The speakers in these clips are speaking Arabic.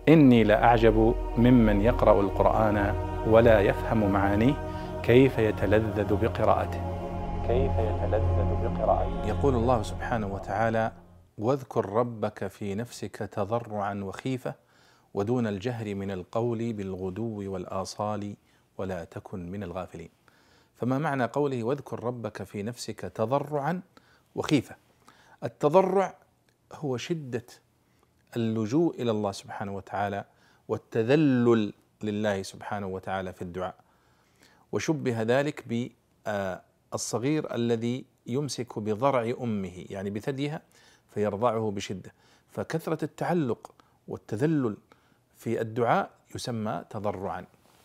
إني لأعجب ممن يقرأ القرآن ولا يفهم معانيه كيف يتلذذ بقراءته. يقول الله سبحانه وتعالى: واذكر ربك في نفسك تضرعا وخيفة ودون الجهر من القول بالغدو والآصال ولا تكن من الغافلين. فما معنى قوله واذكر ربك في نفسك تضرعا وخيفة؟ التضرع هو شدة اللجوء إلى الله سبحانه وتعالى والتذلل لله سبحانه وتعالى في الدعاء، وشبه ذلك بالصغير الذي يمسك بضرع أمه، يعني بثديها، فيرضعه بشدة. فكثرة التعلق والتذلل في الدعاء يسمى تضرعا.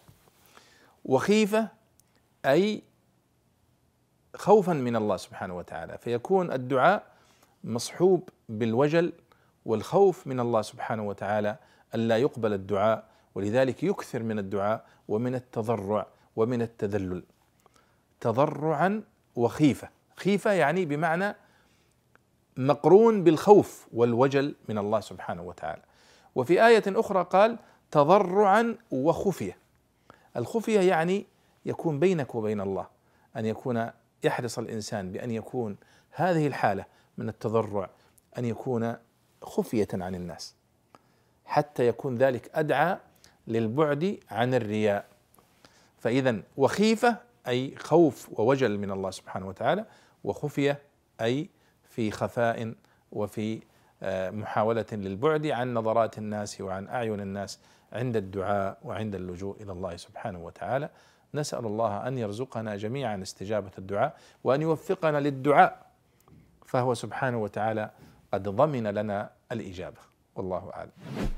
وخيفة أي خوفا من الله سبحانه وتعالى، فيكون الدعاء مصحوب بالوجل والخوف من الله سبحانه وتعالى ألا يقبل الدعاء، ولذلك يكثر من الدعاء ومن التضرع ومن التذلل. تضرعا وخيفة، خيفة يعني بمعنى مقرون بالخوف والوجل من الله سبحانه وتعالى. وفي آية أخرى قال تضرعا وخفية. الخفية يعني يكون بينك وبين الله، أن يكون يحرص الإنسان بأن يكون هذه الحالة من التضرع أن يكون خفية عن الناس، حتى يكون ذلك أدعى للبعد عن الرياء. فإذا وخيفة أي خوف ووجل من الله سبحانه وتعالى، وخفية أي في خفاء وفي محاولة للبعد عن نظرات الناس وعن أعين الناس عند الدعاء وعند اللجوء إلى الله سبحانه وتعالى. نسأل الله أن يرزقنا جميعا استجابة الدعاء وأن يوفقنا للدعاء، فهو سبحانه وتعالى قد ضمن لنا الإجابة، والله أعلم.